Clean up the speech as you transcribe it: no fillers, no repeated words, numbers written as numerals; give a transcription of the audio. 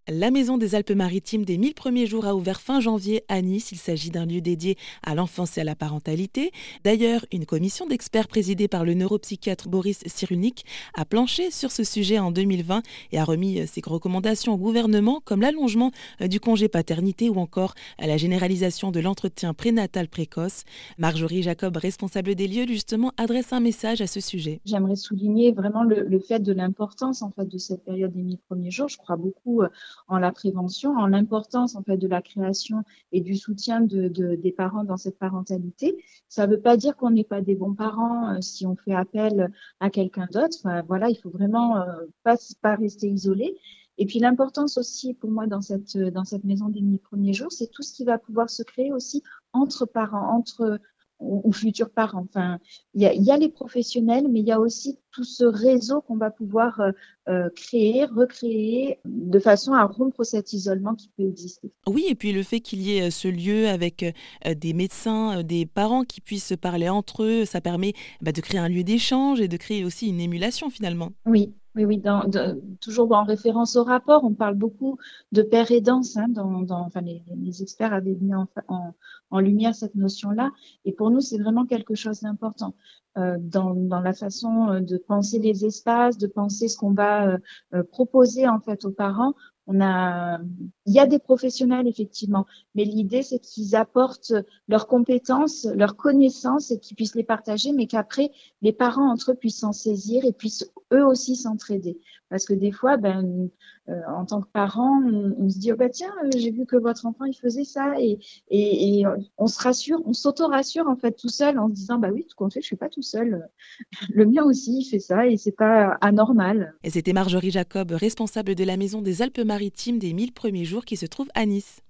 La Maison des Alpes-Maritimes des 1000 premiers jours a ouvert fin janvier à Nice. Il s'agit d'un lieu dédié à l'enfance et à la parentalité. D'ailleurs, une commission d'experts présidée par le neuropsychiatre Boris Cyrulnik a planché sur ce sujet en 2020 et a remis ses recommandations au gouvernement, comme l'allongement du congé paternité ou encore la généralisation de l'entretien prénatal précoce. Marjorie Jacob, responsable des lieux, justement, adresse un message à ce sujet. J'aimerais souligner vraiment le fait de l'importance en fait de cette période des 1000 premiers jours. Je crois beaucoup en la prévention, en l'importance en fait de la création et du soutien des parents dans cette parentalité. Ça ne veut pas dire qu'on n'est pas des bons parents si on fait appel à quelqu'un d'autre. Enfin, voilà, il faut vraiment pas rester isolé. Et puis l'importance aussi pour moi dans cette maison des 1000 premiers jours, c'est tout ce qui va pouvoir se créer aussi entre parents, entre ou futurs parents. Enfin, il y a les professionnels, mais il y a aussi tout ce réseau qu'on va pouvoir créer, recréer, de façon à rompre cet isolement qui peut exister. Oui, et puis le fait qu'il y ait ce lieu avec des médecins, des parents qui puissent se parler entre eux, ça permet de créer un lieu d'échange et de créer aussi une émulation finalement. Oui, oui, oui. Toujours en référence au rapport, on parle beaucoup de père aidance. Hein, enfin, les experts avaient mis en lumière cette notion-là. Et pour nous, c'est vraiment quelque chose d'important dans la façon de penser les espaces, de penser ce qu'on va proposer en fait aux parents. Il y a des professionnels effectivement, mais l'idée c'est qu'ils apportent leurs compétences, leurs connaissances et qu'ils puissent les partager, mais qu'après les parents entre eux puissent s'en saisir et puissent eux aussi s'entraider. Parce que des fois, en tant que parent, on se dit, oh, tiens, j'ai vu que votre enfant, il faisait ça. Et on se rassure, on s'auto-rassure en fait tout seul en se disant, bah oui, tout compte fait, je suis pas tout seul. Le mien aussi, il fait ça et c'est pas anormal. Et c'était Marjorie Jacob, responsable de la Maison des Alpes-Maritimes des 1000 premiers jours qui se trouve à Nice.